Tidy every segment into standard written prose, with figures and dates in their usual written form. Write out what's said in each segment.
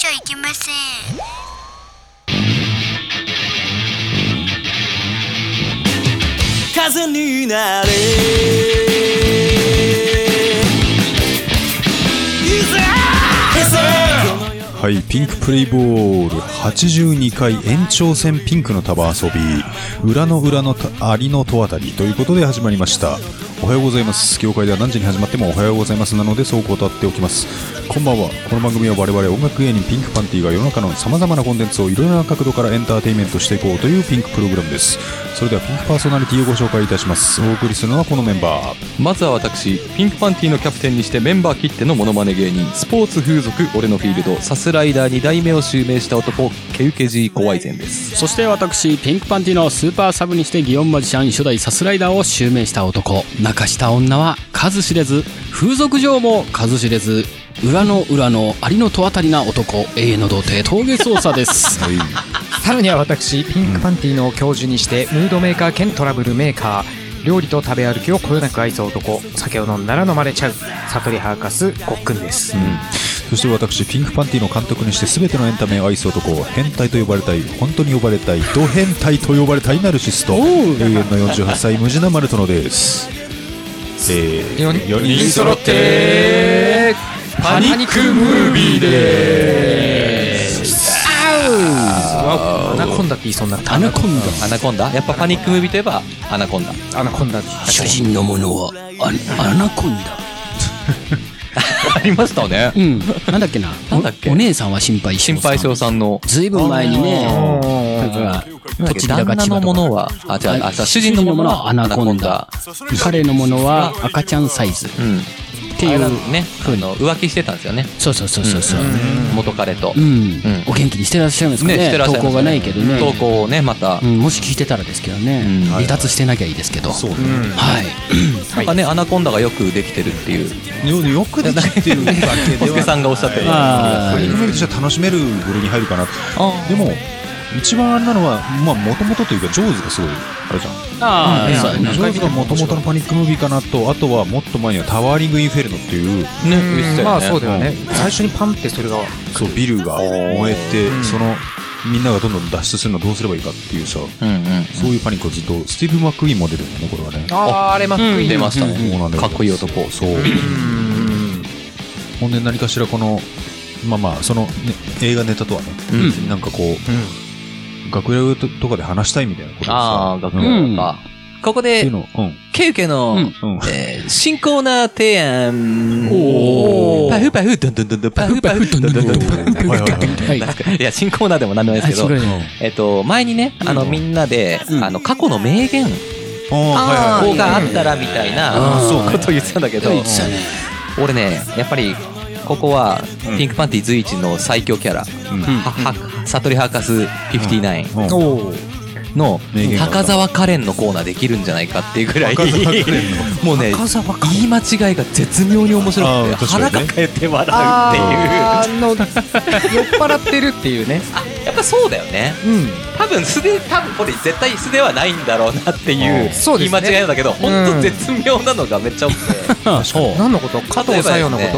ゃいけません。 風になれはい、ピンクプレイボール82回延長戦ピンクの束遊び裏の裏のアリの戸渡りということで始まりました。おはようございます。業界では何時に始まってもおはようございますなのでそう答っておきます。こんばんは。この番組は我々音楽芸人ピンクパンティが世の中の様々なコンテンツをいろいろな角度からエンターテインメントしていこうというピンクプログラムです。それではピンクパーソナリティをご紹介いたします。お送りするのはこのメンバー。 まずは私ピンクパンティのキャプテンにしてメンバー切ってのモノマネ芸人スポーツ風俗俺のフィールドサスライダー2代目を襲名した男ケウケジーコワイゼンです。 そして私ピンクパンティのスーパーサブにして祇園マジシャン初代サスライダーを襲名した男泣かした女は数知れず風俗嬢も数知れず裏の裏のアリの戸渡りな男永遠の童貞峠捜査です、 はい、 さらには私ピンクパンティの教授にしてムードメーカー兼トラブルメーカー料理と食べ歩きをこよなく愛す男酒を飲んだら飲まれちゃう悟りハーカスごっくんです、 そして私ピンクパンティの監督にして全てのエンタメを愛す男変態と呼ばれたい本当に呼ばれたいド変態と呼ばれたいナルシスト永遠の48歳ムジナマルトノです。4人揃ってパニックムービーでーす。 アナコンダって言いそうになった。 アナコンダやっぱパニックムービーといえばアナコンダ主人のものはアナコンダありましたね。 なんだっけななんだっけお姉さんは心配性さんのずいぶん前にねだから栃木だか千葉とか旦那のものは主人のものはアナコンダ彼のものは赤ちゃんサイズっていうね浮気してたんですよね。 そう元彼とお元気にしてらっしゃいますかね。投稿がないけどね投稿をねまたもし聞いてたらですけどね離脱してなきゃいいですけどそうね、 なんかねアナコンダがよくできてるっていうよくできてるだけでは小助さんがおっしゃってるパニックムービーとしては楽しめる部類に入るかな。でも一番あれなのはもともとというかジョーズがすごいあれじゃん。ジョーズがもともとのパニックムービーかなと、あとはもっと前にはタワーリングインフェルノっていうまあそうだよね。最初にパンってそれがそうビルが燃えてそのみんながどんどん脱出するのどうすればいいかっていうさ、そういうパニックをずっとスティーブ・マックイーンも出るんだねこれはね。 あれマックイーン出ましたね。 そうなんだよ。 かっこいい男。 そうほんで何かしらこのその映画ネタとはねなんかこう楽屋とかで話したいみたいなことさ。 楽屋とか。ここで、ケウケの、新コーナー提案。パフパフドンドンドンドンパフパフドンドンドンドン。いや、新コーナーでもなんでもないですけど、前にね、みんなで、過去の名言、こうがあったらみたいなことを言ってたんだけど、俺ね、やっぱり、ここはピンクパンティ随一の最強キャラ悟りハーカス59の高沢カレンのコーナーできるんじゃないかっていうぐらいもうね言い間違いが絶妙に面白くて腹抱えて笑うっていう酔っ払ってるっていうね。 やっぱそうだよね。多分これ絶対素ではないんだろうなっていう言い間違いなんだけど本当絶妙なのがめっちゃ多くて。 何のこと？加藤さよのこと？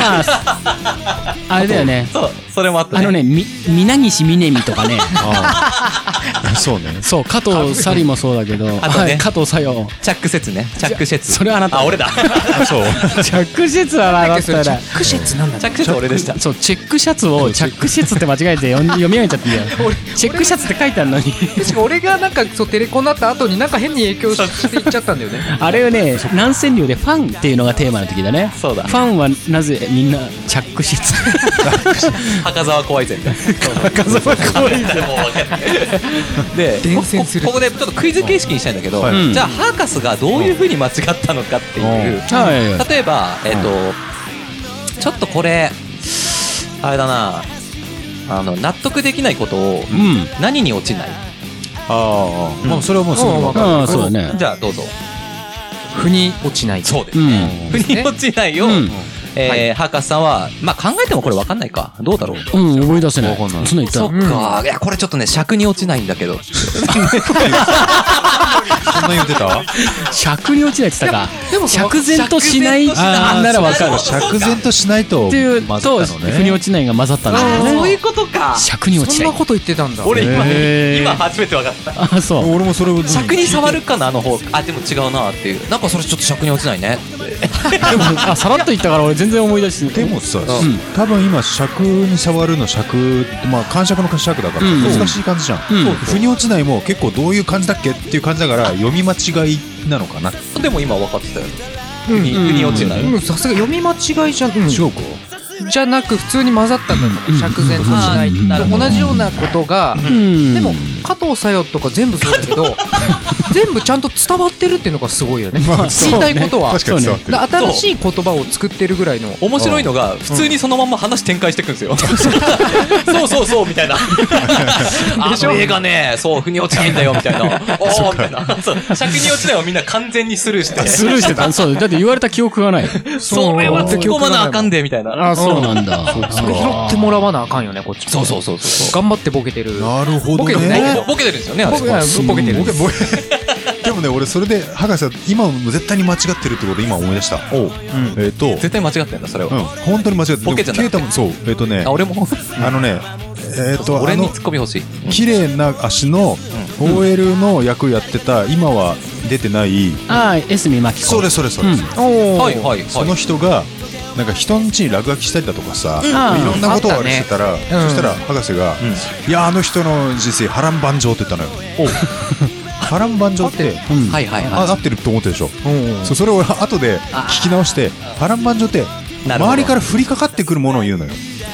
あれだよね。 そう、それもあったね。 皆岸みねみとかね。 そうね。 そう、加藤サリもそうだけど、加藤さよ。 チャック説ね。チャック説。 それはあなた。 俺だ。 そう。 チャック説はなかったら。 チャック説なんだ。 チャック説俺でした。 そう、チェックシャツをチャック説って間違えて読み上げちゃってんだよ。チェックシャツって書いてあるのに。 確か俺がなんかテレコになった後になんか変に影響していっちゃったんだよね。 あれをね、南川流でファンっていうのがテーマの時だね。 そうだ。 ファンはなぜみんなチャックシャツ。 博沢怖いぜ。 博沢怖いぜ。 で、ここでちょっとクイズ形式にしたいんだけど、じゃあハーカスがどういう風に間違ったのかっていう。例えばちょっとこれあれだな、納得できないことを何に落ちない？ それはもうすぐ分かる。 そうだね。 じゃあどうぞ。 腑に落ちない。 そうですね。腑に落ちないをハーカスさんは考えてもこれ分かんないか。どうだろう。 思い出せない。そんな言った。 そっか。いやこれちょっとね尺に落ちないんだけど。 そんな言ってた？ 尺に落ちないって言ったか。 でも釈然としないならわかる。 釈然としないとっていう混ざとったのね。 腑に落ちないが混ざったんだよね。 そういうことか。 尺に落ちない。 そんなこと言ってたんだ。 俺へー今初めて分かった。 あ、そう。 俺もそれを尺に触るかなあの方。あでも違うなっていう。なんかそれちょっと尺に落ちないね。 でもさらっと言ったから俺全然思い出して。 でもさ、多分今尺に触るの尺、まあ感触の尺だから難しい感じじゃん。腑に落ちないも結構どういう感じだっけっていう感じだから読み間違いなのかな。 でも今分かってたよ。腑に落ちない。 さすが読み間違いじゃん。 違うか。 じゃなく普通に混ざったんだと思う。釈然としないと同じようなことが、でも加藤さよとか全部そうだけど全部ちゃんと伝わってるっていうのがすごいよね。言いたいことは確かに伝わってる。 新しい言葉を作ってるぐらいの。 面白いのが普通にそのまま話展開していくんですよ。そうみたいな。あの映画ね、そう腑に落ちないんだよみたいな。おおみたいな。尺に落ちないをみんな完全にスルーして。 スルーしてた。そうだって言われた記憶がない。 それは突っ込まなあかんでみたいな。 あ、そうなんだ。 それ拾ってもらわなあかんよねこっち。 そう。 頑張ってボケてる。 なるほどね。 ボケてないけどボケてるんですよね。 ボケてる。 でもね、俺それで博士は今も絶対に間違ってるってことを今思い出した。 絶対間違ってんだそれは。 本当に間違ってる。 ボケじゃなくて。 そう俺も俺にツッコミ欲しい。 綺麗な足の OL の役やってた今は出てない。 ああ、江角真紀子。 それ。 はい。 その人がなんか人ん家に落書きしたりだとかさ、いろんなことをあれしてたら、そしたら博士がいやあの人の人生波乱万丈って言ったのよ。波乱万丈って合ってると思ってるでしょ。それを後で聞き直して波乱万丈って周りから降りかかってくるものを言うのよ。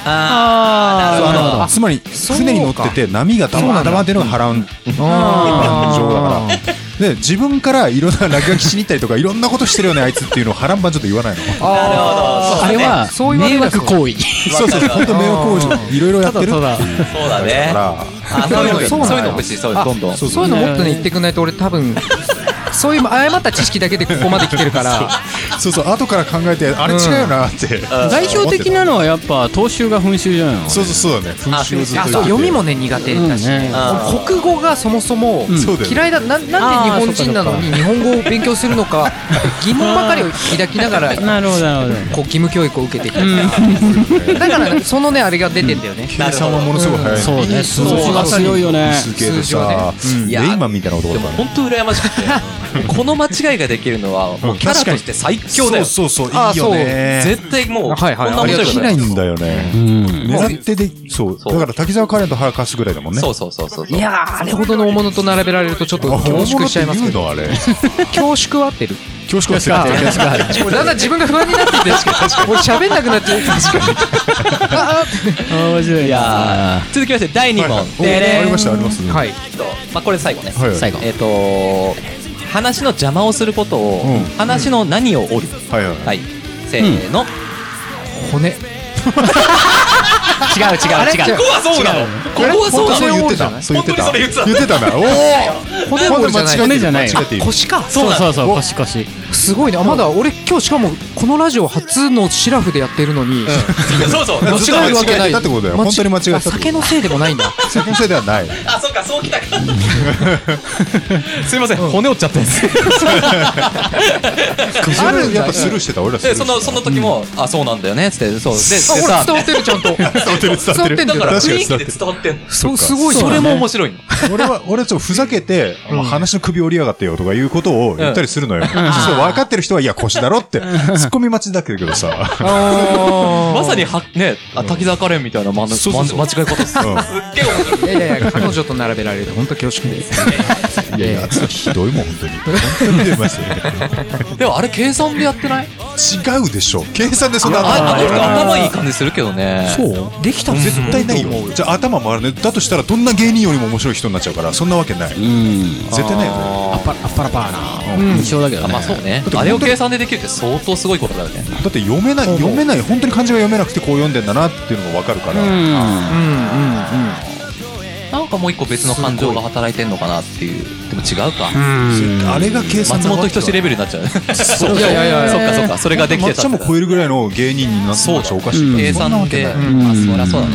つまり船に乗ってて波がダバダバっていうのが波乱万丈だから。で自分からいろんな落書きしに行ったりとかいろんなことしてるよねあいつっていうのを波乱万丈と言わないの。 あれは迷惑行為。 そう本当迷惑行為いろいろやってる。そうだね。そういうの欲しい。そういうのもっとね言ってくんないと俺多分そういう誤った知識だけでここまで来てるからそう後から考えてあれ違うよなって代表的なのはやっぱ踏襲が噴習じゃないの。 そうだね。噴習をずっと読みもね苦手だし国語がそもそも嫌いだ。なんで日本人なのに日本語を勉強するのか疑問ばかりを抱きながらなるほどこう義務教育を受けてきただからそのねあれが出てんだよね。 計算はものすごい早い。 そうね。数字が強いよね。 数字はね。レイマンみたいな男だから。 本当羨ましくてこの間違いができるのはもうキャラとして最強だよ。 そういいよね。 絶対もうこんな面白いことないんだよね。狙ってでそうだから滝沢カレンと原かすぐらいだもんね。 そういやあれほどの大物と並べられるとちょっと恐縮しちゃいますけど。 あれ恐縮は合ってる。 恐縮は合ってる。 俺だんだん自分が不安になってきて俺喋んなくなっちゃう。 面白い。 いや続きまして第2問。 あります。 はい。 これ最後ね。 最後。 話の邪魔をすることを話の何を折る。はいせーの。 骨。 違う。ここはそうなの。ここはそうなの。 言ってた。 本当にそれ言ってたんだ。おお。 骨じゃない。 腰か。 そう腰。 すごいね。まだ俺今日しかもこのラジオ初のシラフでやってるのに。 そう間違えるわけない。 だってことだよ。本当に間違えた。 酒のせいでもないんだ。 酒のせいではない。 あ、そうか、そうきたか。すいません、骨折っちゃったんです。 あるやっぱスルーしてた俺ら。 その時もあ、そうなんだよねっつって、そうでさ伝わってるちゃんと。伝わってる。 だから雰囲気で伝わってんの。 すごい。 それも面白いの。 俺ちょっとふざけて話の首折りやがってよとかいうことを言ったりするのよ。分かってる人はいや腰だろって突っ込み待ちだけどさ。 まさにね、滝沢カレンみたいな間違い方すっげえ面白い。 いや彼女と並べられると本当恐縮です。 いやひどいもん本当に。本当に出ますよね。 でもあれ計算でやってない？ 違うでしょ。計算でそんな頭いい感じするけどね。 そうできたの絶対ないよ。じゃあ頭回るね。だとしたらどんな芸人よりも面白い人になっちゃうからそんなわけない。絶対ないよね。 あっぱらパーな印象だけどね。 まあそうね。あれを計算でできるって相当すごいことだよね。 だって読めない本当に漢字が読めなくてこう読んでんだなっていうのが分かるから。 なんかもう一個別の感情が働いてんのかなっていう。でも違うか。 あれが計算。 松本人志レベルになっちゃう。 いやそっかそれができてた。 抹茶も超えるぐらいの芸人になってたらおかしい。 計算で、そりゃそうだね。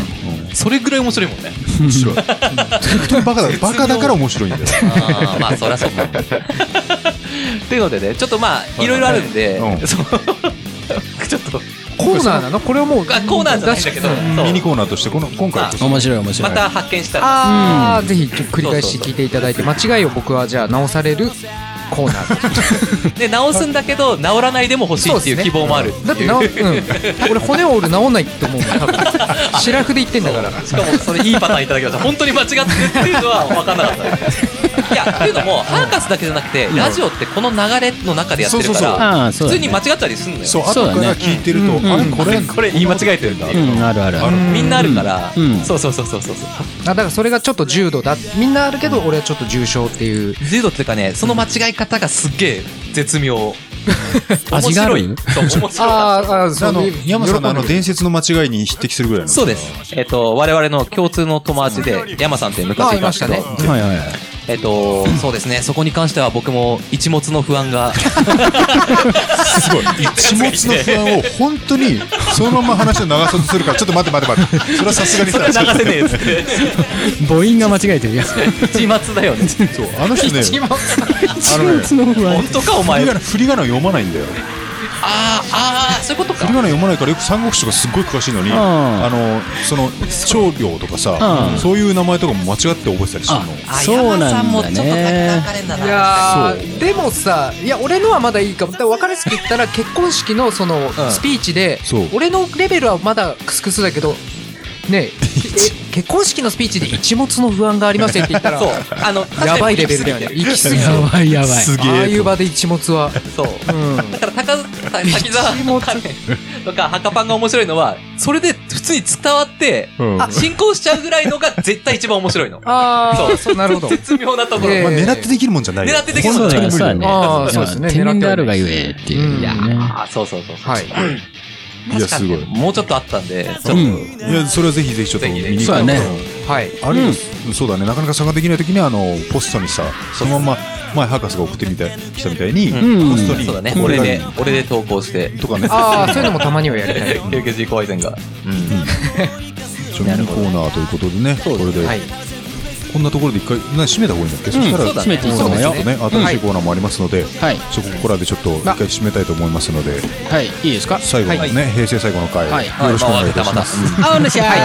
それぐらい面白いもんね。 面白い。本当にバカだから面白いんだよ。 まあそりゃそうか。というのでね、ちょっとまあいろいろあるんで、ちょっとコーナーなの？これはもうコーナーじゃないんだけど、 ミニコーナーとして今回面白い面白い。 また発見したら、 ぜひ繰り返し聞いていただいて、間違いを僕はじゃあ直されるコーナーで直すんだけど治らないでも欲しいっていう希望もある。 だって俺骨折る治んないと思うもん多分。シラフで言ってんだから。 しかもそれいいパターンいただきました。本当に間違ってるっていうのは分かんなかった。いやっていうのもハーカスだけじゃなくてラジオってこの流れの中でやってるから普通に間違ったりするのよ。 そう後から聞いてるとこれ言い間違えてるんだ。 あるあるある。 みんなあるからそうだからそれがちょっと重度だみんなあるけど俺はちょっと重症っていう。 重度っていうかねその間違い方がすっげえ絶妙。 味がある。 面白い。 山さんの伝説の間違いに匹敵するぐらいの。 そうです。我々の共通の友達で山さんって昔いましたね。 はいはいはい。 そうですね。そこに関しては僕も一物の不安がすごい。一物の不安を本当にそのまま話を流そうとするからちょっと待って。それはさすがにそれ流せねえっつって。 母音が間違えてるやつ。 一末だよね。 そうあの人ね。 一物の不安。 本当かお前。 振り仮名読まないんだよ。 そういうことか。 振り仮名読まないからよく三国志とかすっごい詳しいのにその長領とかさそういう名前とかも間違って覚えてたりするの。 そうなんだね。 いやでもさいや俺のはまだいいかも。分かりやすく言ったら結婚式のそのスピーチで俺のレベルはまだクスクスだけどね結婚式のスピーチで一物の不安がありますって言ったらやばいレベルだよね。行き過ぎやばいやばい。 ああいう場で一物はそうだから滝沢とかハカパンが面白いのはそれで普通に伝わって進行しちゃうぐらいのが絶対一番面白いの。 そうなるほど。 絶妙なところ。 狙ってできるもんじゃない。 狙ってできるもんじゃない。 そうですね。天然であるがゆえっていう。 いやそうはい。 いやすごい。 もうちょっとあったんで。 いやそれはぜひちょっと見に行く。 はい。 あれそうだね。なかなか参加できない時にはポストにさそのまま前博士が送ってきたみたいにポストにそうだね。俺で投稿してとかね。 そういうのもたまにはやりたい。 KKG 怖い線が。 ミニコーナーということでね。これでこんなところで一回締めた方がいいんだっけ。そしたら締めていいと思うよ。 新しいコーナーもありますのでここらでちょっと一回締めたいと思いますのではいいいですか。 最後のね平成最後の回よろしくお願いいたします。 お願いします。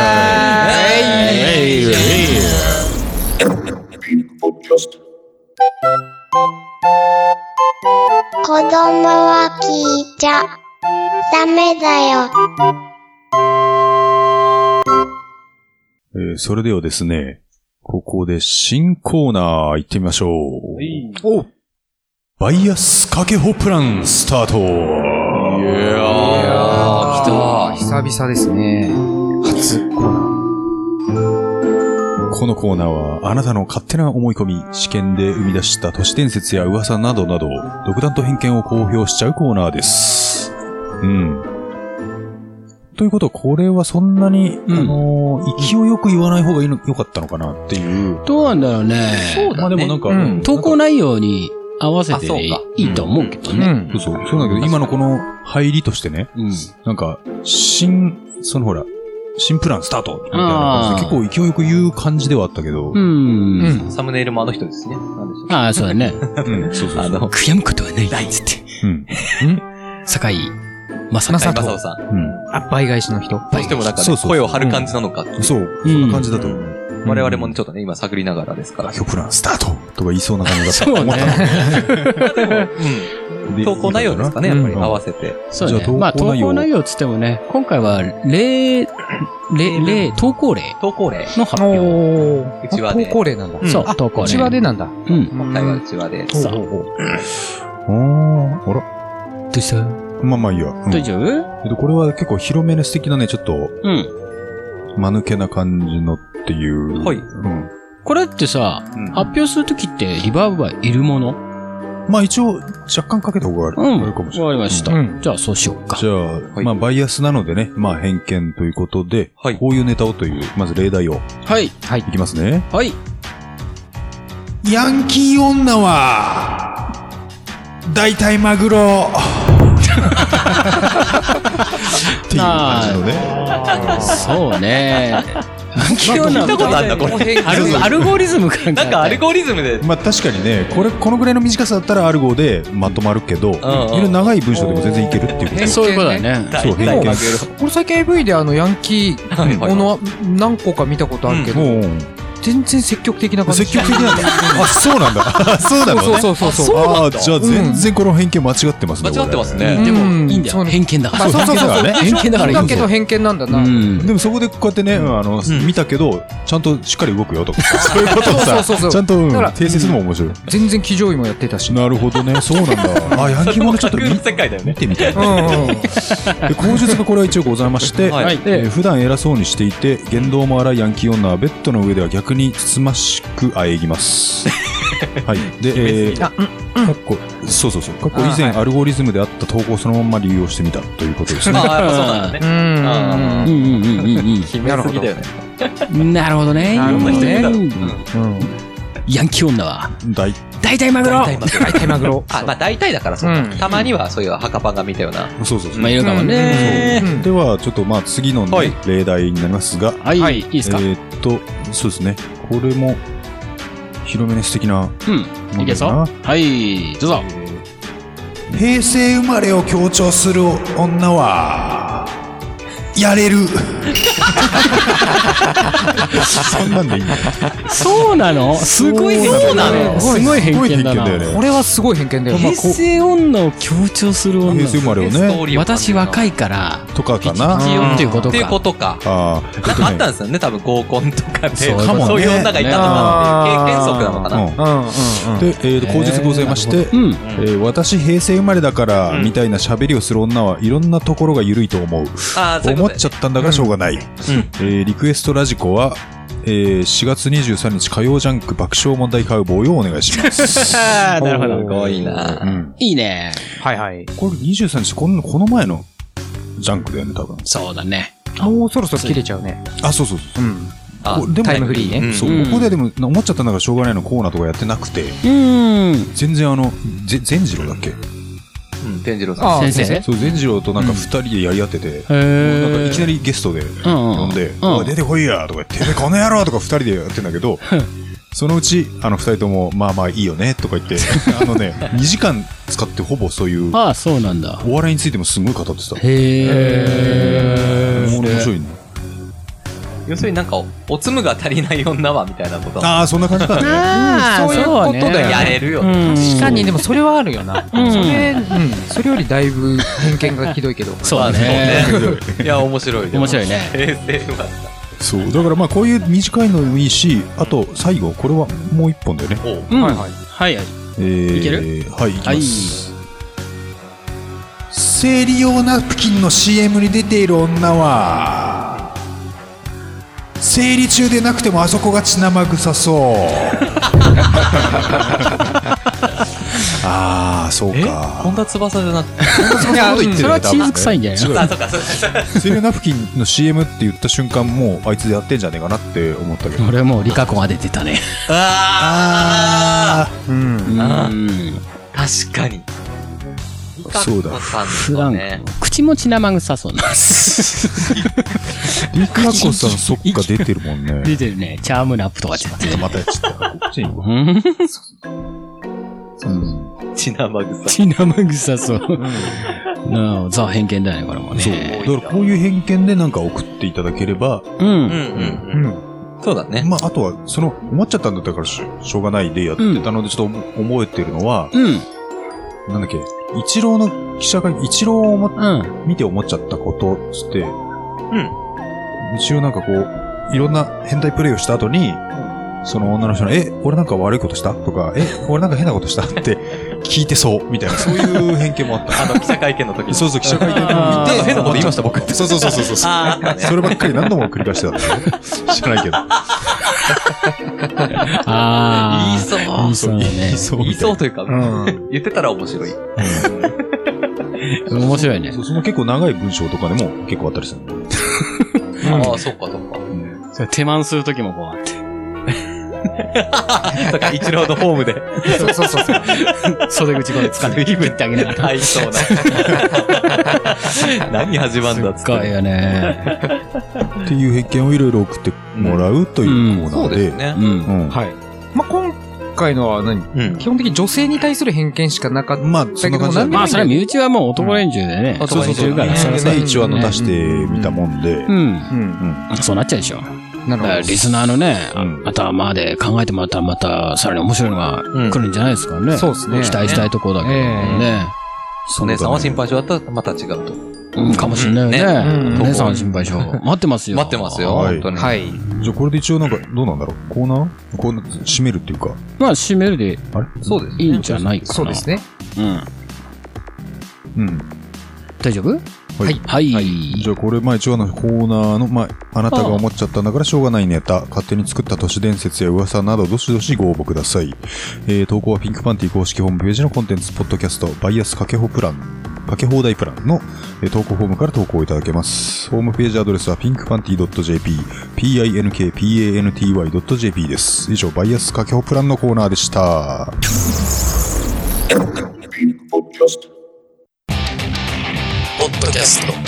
子供は聞いちゃダメだよ。 それではですねここで新コーナー行ってみましょう。バイアスかけほプランスタート。いや来た。久々ですね。初コーナー。 このコーナーはあなたの勝手な思い込み、試験で生み出した都市伝説や噂などなど独断と偏見を公表しちゃうコーナーです。ということはこれはそんなに、勢いよく言わない方がよかったのかなっていう。 どうなんだろうね。 そうだね。 でもなんか、 投稿内容に合わせていいと思うけどね。 そうだけど今のこの入りとしてね、なんか新プランスタートみたいな感じで結構勢いよく言う感じではあったけど。 サムネイルもあの人ですね。 そうだね。 そう。 悔やむことはないっつって。酒井正人さん。 倍返しの人。 どうしてもなんか声を張る感じなのか。 そう。そんな感じだと思う。 我々もちょっとね、今探りながらですから。 プランスタートとか言いそうな感じだった。 そうね。 投稿内容ですかね、やっぱり合わせて。 そうね。まあ、投稿内容つってもね、今回は投稿例の発表。 うちわで。投稿例なんだ。 そう、投稿例。 うちわでなんだ。 今回はうちわで。 あら。 どうしたまあいいや。 大丈夫？ これは結構広めの素敵なね、ちょっと、間抜けな感じのっていう。 はい。 これってさ、発表するときってリバーブはいるもの？ まあ一応若干かけた方があるかもしれない。 わかりました。じゃあそうしようか。 じゃあ、まあバイアスなのでね、まあ偏見ということで、こういうネタをという、まず例題を。 はい。 いきますね。 はい。 ヤンキー女は、大体マグロ。っていう感じのね。 そうね。 暗記女聞いたことあんだこれ。 アルゴリズムかなんかアルゴリズムで。 まあ確かにね、このぐらいの短さだったらアルゴでまとまるけど、いろいろ長い文章でも全然いけるっていうこと。 そういうことだね。 そう、偏見。 これ最近 AV でヤンキーもの何個か見たことあるけど、全然積極的な感じ。 積極的なんだ。あ、そうなんだ。そうなのね。 そう。 ああ、じゃあ全然この偏見間違ってますね。 間違ってますね。 でもいいんだよ。偏見だから。 そう偏見だからいいんだよ。 だけど偏見なんだな。 でもそこでこうやってね、見たけどちゃんとしっかり動くよとか、そういうことをさ、ちゃんと訂正するのも面白い。 全然騎乗位もやってたし。 なるほどね。そうなんだ。あ、ヤンキーものちょっと見てみたい。で、口述がこれは一応ございまして、普段偉そうにしていて言動も荒いヤンキー女はベッドの上では逆につつましくあえぎます。はい。で、そう。過去以前アルゴリズムであった投稿をそのまま利用してみたということですね。 ああ、やっぱそうなんだね。 なるほど。 なるほどね。ヤンキー女は大体マグロ。 大体マグロ。 あ、まあ大体だからそうか。たまにはそういう墓パンが見たような。 そう。 まあいるかもね。 ではちょっとまあ次の例題になりますが、 はい、いいですか。 そうですね。これも広めね素敵な。 いけそう。はい、どうぞ。 平成生まれを強調する女はやれる。そんなんでいいの？ そうなの？すごい偏見だね。すごい偏見だな。 これはすごい偏見だよ。 平成女を強調する女。 平成生まれをね。 私若いからとかかな。 っていうことか。 っていうことか。 あったんですよね。多分合コンとかでそういう女がいたとかって経験則なのかな。 で、口述ございまして、私平成生まれだからみたいな喋りをする女はいろんなところが緩いと思う。思っちゃったんだからしょうがない。リクエストラジコは4月23日火曜ジャンク爆笑問題カウボーイをお願いします。 なるほど。 すごいな。 いいね。 はいはい。 これ23日この前のジャンクだよね多分。 そうだね。 もうそろそろ切れちゃうね。 あ、そう。 タイムフリーね。 そう。ここででも思っちゃったんだからしょうがないのコーナーとかやってなくて。全然善次郎だっけ？ 善次郎さん。 先生。 そう、善次郎となんか2人でやり合ってて、なんかいきなりゲストで呼んで、おい出てこいやとか言って、てめえこの野郎とか2人でやってんだけど、そのうち2人ともまあまあいいよねとか言って、2時間使ってほぼそういう、 そうなんだ。 お笑いについてもすごい語ってた。 へー。 面白いね。 要するになんかおつむが足りない女はみたいなこと。 ああ、そんな感じだね。 そういうことだよ。 やれるよ。 確かにでもそれはあるよな。それよりだいぶ偏見がひどいけど。 そうだね。 いや面白い。 面白いね。 平成生まれだ。 そうだからまあこういう短いのもいいし、あと最後これはもう一本だよね。 はい。いける？ はい、いきます。生理用ナプキンの CM に出ている女は生理中でなくてもあそこが血生臭そう。ああ、そうか。 本田翼じゃなくて。 それはチーズ臭いんじゃないの？ あ、そうか。 生理用ナプキンの CM って言った瞬間もうあいつでやってんじゃねえかなって思ったけど。 俺はもうリカコが出てたね。 確かに。 そうだ。 普段口も血生臭そうな。 リカコさんそっか出てるもんね。 出てるね。チャームラップとかちょっとまたやっちゃった。こっちに行こう。血生臭。 血生臭そう。ザ偏見だよねこれもね。 そう。だからこういう偏見でなんか送っていただければ。 そうだね。 まああとは思っちゃったんだったからしょうがないでやってたのでちょっと覚えてるのは。なんだっけ。イチローの記者がイチローを見て思っちゃったことつって、一応なんかこういろんな変態プレイをした後に、その女の人の俺なんか悪いことしたとか俺なんか変なことしたって聞いてそうみたいなそういう偏見もあった。 記者会見の時に。 そう記者会見を見て変なこと言いました僕って。 そう。そればっかり何度も繰り返してたんだよ。知らないけど。 言いそうね。 言いそうというか、言ってたら面白い。 面白いね。 その結構長い文章とかでも結構あったりする。 ああ、そうか。 手満する時もこうあって。 とか、一郎のホームで。 そう。 袖口これ掴んで、切ってあげながら。 はい、そうな。何始まんだっつって。 深いよね。 っていう偏見をいろいろ送ってもらうというコーナそうーで。 ですね。 はい。まあ、今回のは基本的に女性に対する偏見しかなかったまあ、そんな感じだね。 まあ、それは身内はもう男連中でね。 そうそうそう。 から。 それね、一応出してみたもんで。 そうなっちゃうでしょ。 なるほど。 リスナーのね、頭で考えてもらったらまたさらに面白いのが来るんじゃないですかね。 そうですね。 期待したいところだけどね。 お姉さんは心配性だったらまた違うと。 かもしれないよね。お姉さんは心配性。待ってますよ。 待ってますよ。本当に。 はい。 じゃあこれで一応なんか、どうなんだろう。コーナー締めるっていうか。 まあ、締めるで、 あれそうです。 いいんじゃないかな。 そうですね。 大丈夫？はい。 じゃあこれ、まあ一応コーナーの、まあ、あなたが思っちゃったんだからしょうがないネタ、勝手に作った都市伝説や噂など、どしどしご応募ください。投稿はピンクパンティ公式ホームページのコンテンツ、ポッドキャスト、バイアスかけ放題プランの投稿フォームから投稿いただけます。ホームページアドレスは pinkpanty.jp、pinkpanty.jp です。以上、バイアスかけ放プランのコーナーでした。 ポッドキャスト登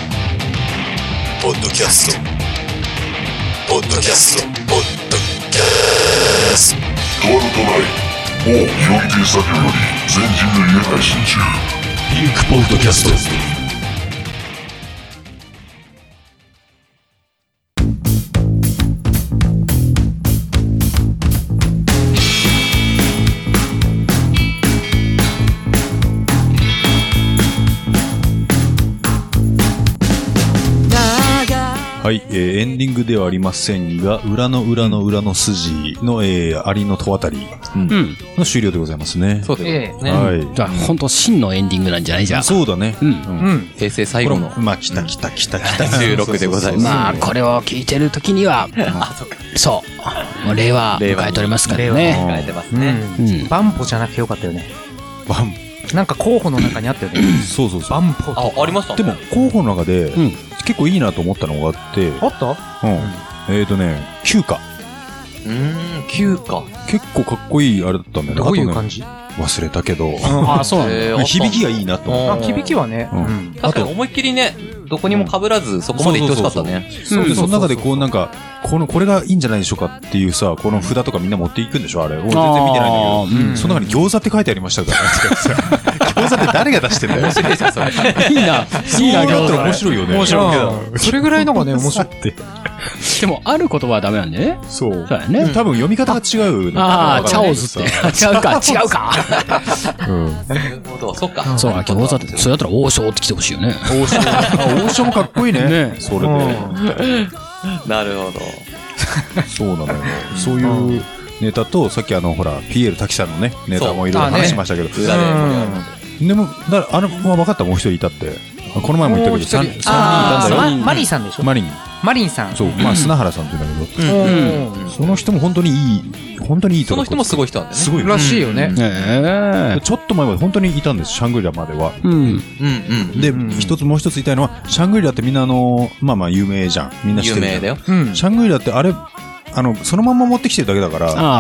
録とないもう表定作業より全人類へ配信中ピンクポッドキャスト。 はい、エンディングではありませんが、裏の筋の、アリの戸渡りの終了でございますね。 そうですね。 はい。 じゃあ、本当真のエンディングなんじゃないじゃん。 そうだね。 平成最後の。 まあ、来た。 16でございます。 まあ、これを聞いてる時には、そう。もう令和迎えておりますからね。 迎えてますね。 バンポじゃなくてよかったよね。なんか候補の中にあったよね。 そう。 バンポ。 ありました。 でも、候補の中で、結構いいなと思ったのがあって。 あった？ 旧歌。 旧歌。 結構かっこいいあれだったんだよね。 どういう感じ？ 忘れたけど。 あ、そうなんだ。 響きがいいなと思った。 響きはね。 確かに思いっきりね、どこにも被らず、そこまで言ってほしかったね。 その中でこうなんか、これがいいんじゃないでしょうかっていうさ、この札とかみんな持っていくんでしょあれ。全然見てないんだけど。その中に餃子って書いてありましたから。餃子って誰が出してんだよ。面白いじゃん、それ。 いいな、 餃子。面白いよね。 面白いけど。それぐらいのがね、面白いって。 でも、ある言葉はダメなんでね。 そうだよね。 多分読み方が違う。 チャオズって。違うか。 なるほど、そっか。 そうか、餃子って、それだったら王将って来てほしいよね。 王将もかっこいいね。それで。 なるほど。 そうなのよ。そういうネタと、さっきほら、ピエール滝さんのね、ネタもいろいろ話しましたけど。でも、あれは分かったもう一人いたって。この前も言ったけど、3人いたんだよ。 マリンさんでしょ？マリンさん。 そう、まあ、砂原さんって言うんだけど、その人も本当にいいとその人もすごい人なんだよね。 すごいらしいよね。 ちょっと前まで本当にいたんです、シャングリラまでは。で、もう一つ言いたいのは、シャングリラってみんなまあ有名じゃん。みんな知ってる。 有名だよ。 シャングリラってあれ、そのまんま持ってきてるだけだから、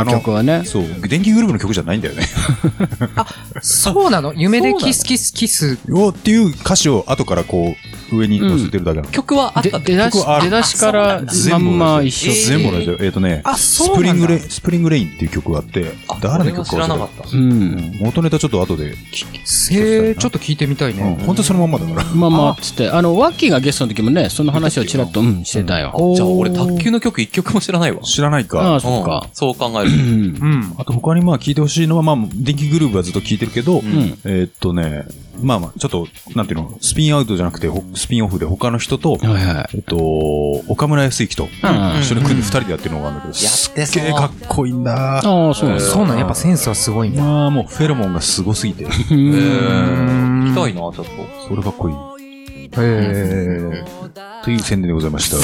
曲はね。 そう、電気グループの曲じゃないんだよね。 あ、そうなの？夢でキスキスキス。 っていう歌詞を後からこう、上に載せてるだけなの。 曲はあったって。 出だしからまんま一緒。 全部同じよ。スプリングレインっていう曲があって、誰の曲か知らなかった。 元ネタちょっと後でちょっと聞いてみたいね。 本当そのまんまだから。 まあまあ、つって、ワッキーがゲストの時もね、その話をちらっと、してたよ。 じゃあ俺、卓球の曲一曲も知らないわ。 知らないか。 ああ、そっか。 そう考えると。 あと他にまあ聞いてほしいのは、まあ、電気グループはずっと聞いてるけど、まあまあ、ちょっと、なんていうの、スピンアウトじゃなくて、スピンオフで他の人と、岡村康之と、一緒に組んで二人でやってるのがあるんだけど、すっげえかっこいいんだ。 ああ、そうなんそうなん、やっぱセンスはすごいんだ。 まあもうフェロモンがすごすぎて。 聞きたいな、ちょっと。 それかっこいい。という宣伝でございました。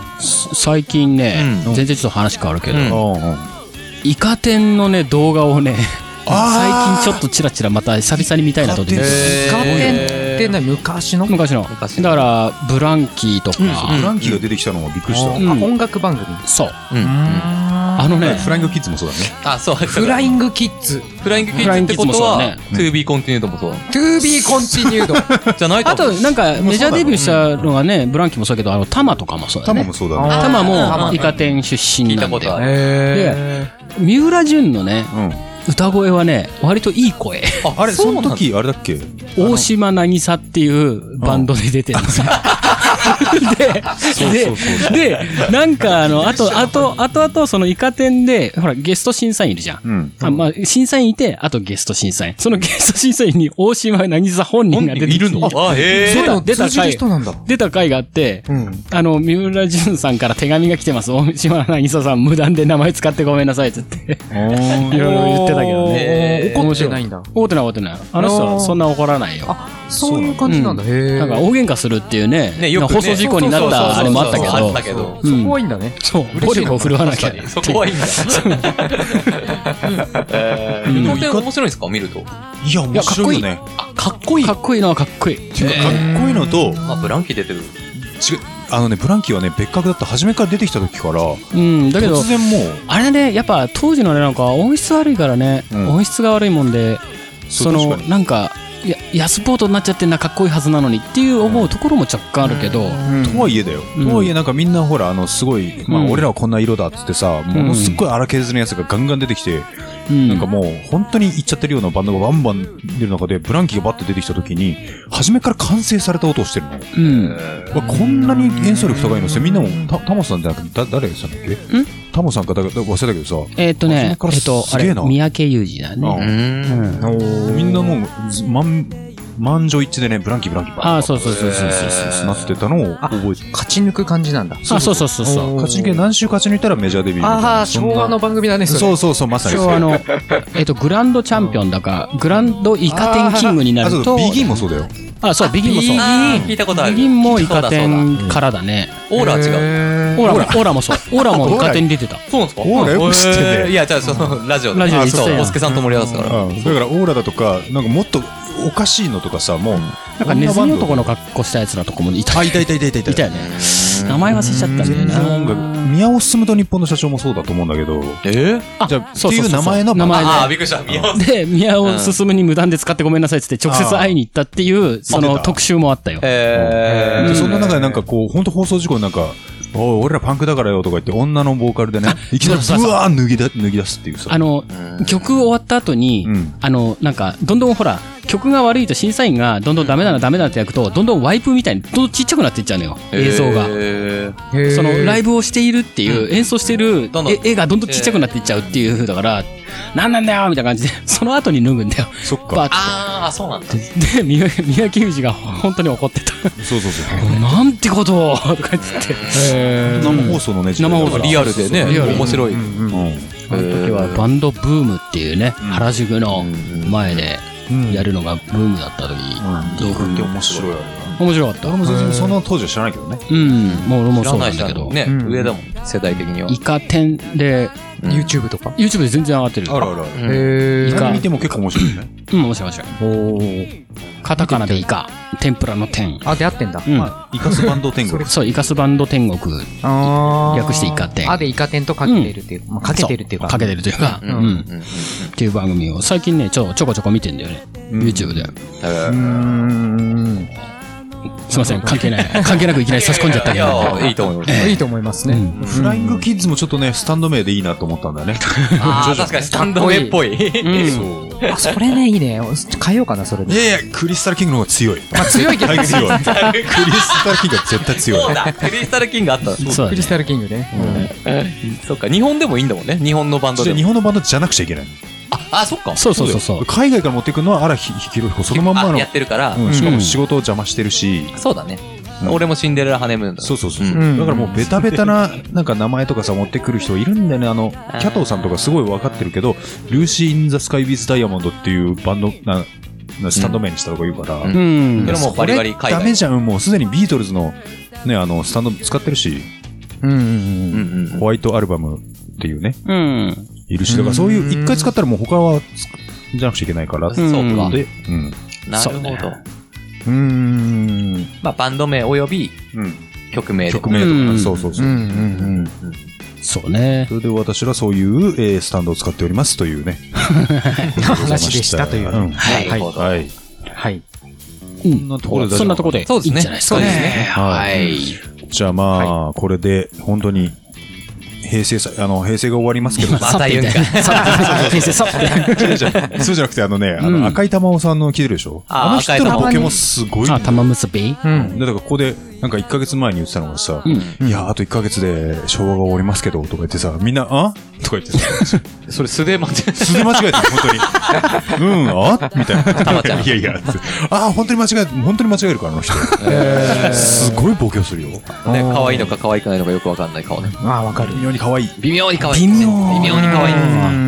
最近ね、全然ちょっと話変わるけど、イカ天のね、動画をね、最近ちょっとチラチラまた久々に見たいなと思って。 イカ天ってね、昔の。 だから、ブランキーとか。 ブランキーが出てきたのがびっくりした。 音楽番組。 そう。 フライングキッズもそうだね。 あ、そう。 フライングキッズ。 フライングキッズってことは、To be continued もそう。 To be continued。 じゃないと。 あと、なんか、メジャーデビューしたのがね、ブランキもそうだけど、タマとかもそうだね。 タマもそうだね。 タマもイカ天出身なんだよ。 で、 三浦淳のね、歌声はね、割といい声。 あれ、その時、あれだっけ？ 大島渚っていうバンドで出てるんですよ。で、なんかあと、そのイカ天で、ほら、ゲスト審査員いるじゃん。まあ、審査員いて、あとゲスト審査員。そのゲスト審査員に大島渚本人が出ているの。出た回があって、三浦淳さんから手紙が来てます。大島渚さん無断で名前使ってごめんなさいって言って、いろいろ言ってたけどね。 怒ってないんだ。 怒ってない。あの人はそんな怒らないよ。 あ、そういう感じなんだ。 なんか大喧嘩するっていうね、放送事故になったあれもあったけど、 そこはいいんだね。 そう、暴力を振るわなきゃ。 そこはいいんだ。本当に面白いんですか、見ると。 いや、面白いよね。 かっこいい。かっこいいな、かっこいい。 かっこいいのと、 ブランキー出てる。 ブランキーはね、別格だった。初めから出てきた時から、だけど、 突然もう、 あれね、やっぱ当時のね、なんか音質悪いからね、音質が悪いもんで、なんか、安ポートになっちゃってんな、かっこいいはずなのにっていう思うところも若干あるけど、 とはいえだよ。とはいえ、なんかみんなほら、すごい、まあ、俺らはこんな色だっつってさ、ものすっごい荒削りのやつがガンガン出てきて、なんかもう、本当にいっちゃってるようなバンドがバンバン出る中で、ブランキーがバッと出てきた時に、初めから完成された音をしてるの。こんなに演奏力高いのって、みんなも、タモさんじゃなくて、誰さんだっけ？タモさんか忘れたけどさ、 あれ、三宅裕二だね。 みんなもう、満場一致でね、ブランキーバーそうなってたのを覚えてる。 勝ち抜く感じなんだ。 そう。 勝ち抜け、何週勝ち抜いたらメジャーデビュー。 ああ、昭和の番組だね、 そう、まさに。 昭和の、グランドチャンピオンだか、グランドイカ天キングになると。 ビギンもそうだよ。 そう、ビギンもそう。 聞いたことある。 ビギンもイカ天からだね。 オーラは違う。 オーラもそう。オーラもイカ天に出てた。 そうなんですか？ オーラよく知ってて。 いや、じゃあ、その、ラジオで。 そう、 おすけさんと盛り合わせたから。 だから、オーラだとか、なんかもっとおかしいのとかさ、もう、 なんかネズミ男の格好したやつらとかもいた。いたよね。名前忘れちゃったんだよな。 宮尾進と日本の社長もそうだと思うんだけど。じゃあ、っていう名前の名前びっくりした。 で、宮尾進に無断で使ってごめんなさいって直接会いに行ったっていう、その特集もあったよ。 そんな中でなんかこう、本当放送事故になんか、俺らパンクだからよとか言って女のボーカルでね、いきなりブワー脱ぎ出すっていうさ。 曲終わった後に、なんか、どんどんほら、曲が悪いと審査員がどんどんダメだってやくと、どんどんワイプみたいにどんどんちっちゃくなっていっちゃうのよ、映像が。そのライブをしているっていう、演奏している絵がどんどんちっちゃくなっていっちゃうっていう風だから、なんなんだよみたいな感じで、その後に脱ぐんだよ。 そっか。 そうなんだ。 で、宮城裕二が本当に怒ってた。 そう。 なんてことをとか言って。 生放送のね、 生放送リアルでね、面白い。 あの時はバンドブームっていうね、原宿の前でやるのがブームだった時。 面白い。 面白かった。 俺も全然その当時は知らないけどね。 もう俺もそうなんだけど。 ね、上だもん、世代的には。 イカ天で、 YouTube とか YouTube で全然上がってる。 あら。イカ見ても結構面白いね。 面白い。カタカナでイカ、天ぷらの天。 出会ってんだ。 イカスバンド天国。 そう、イカスバンド天国。略してイカ天。 でイカ天とかけてるっていう。かけてるっていうか。 かけてるというか。っていう番組を最近ね、ちょこちょこ見てんだよね。YouTube で。すいません、関係なくいきなり差し込んじゃったけど。 いいと思います。 いいと思いますね。 フライングキッズもちょっとね、スタンド名でいいなと思ったんだよね。 確かにスタンド名っぽい。 それね、いいね。変えようかな、それで。 いやクリスタルキングの方が強い。 強いけど。 クリスタルキングは絶対強い。 そうだ、クリスタルキングあった。 クリスタルキングね。 そっか、日本でもいいんだもんね。日本のバンドで。 日本のバンドじゃなくちゃいけない。 そっか。 そう。 海外から持ってくるのは荒木宏彦そのまんまの。 やってるから。 しかも仕事を邪魔してるし。 そうだね。俺もシンデレラハネムーンだ。 そう。だからもうベタベタな、なんか名前とかさ、持ってくる人いるんだよね。キャトーさんとかすごい分かってるけど、ルーシー・イン・ザ・スカイ・ウィズ・ダイヤモンドっていうバンド、スタンド名にしたとか言うから。 でもバリバリ海外。 ダメじゃん。もうすでにビートルズの、ね、スタンド使ってるし。ホワイトアルバムっていうね。いるし、だからそういう一回使ったらもう他はじゃなくちゃいけないから。 そうか。 なるほど。バンド名および曲名とか。そう。 そうね。 それで私はそういう、スタンドを使っておりますというね。 話でしたという。 うん。 はい。 はい。 はい。 そんなところでいいんじゃないですかね。はい。 じゃあまあ、これで本当に平成が終わりますけど。 また言うんか。 平成そうじゃなくて赤い玉緒さんの聞いてるでしょ。あの人のボケもすごい。 玉結び。 だからここでなんか1ヶ月前に言ってたのがさ、いやあと1ヶ月で昭和が終わりますけどとか言ってさ、みんなとか言ってさ、それ素で間違えてる本当に。みたいな。いや本当に間違えるからあの人。すごいボケをするよ。 ね、可愛いのか可愛くないのかよくわかんない顔ね。 ああ、わかる。 微妙に可愛い。 微妙に可愛い。微妙に可愛い。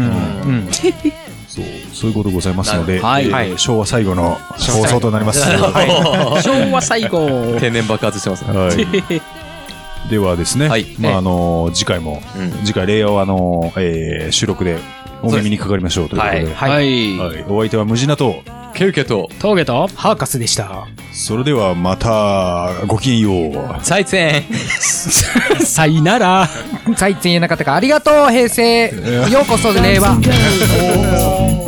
そういうことございますので、 はい昭和最後の放送となります。 昭和最後。 天然爆発してますね。 ではですね、まあ次回令和の収録でお耳にかかりましょうということで、 はい。 お相手はムジナとケウケと峠とハーカスでした。 それではまたごきげんよう。 再见。 さいなら。 再见なかったかありがとう平成。ようこそ令和。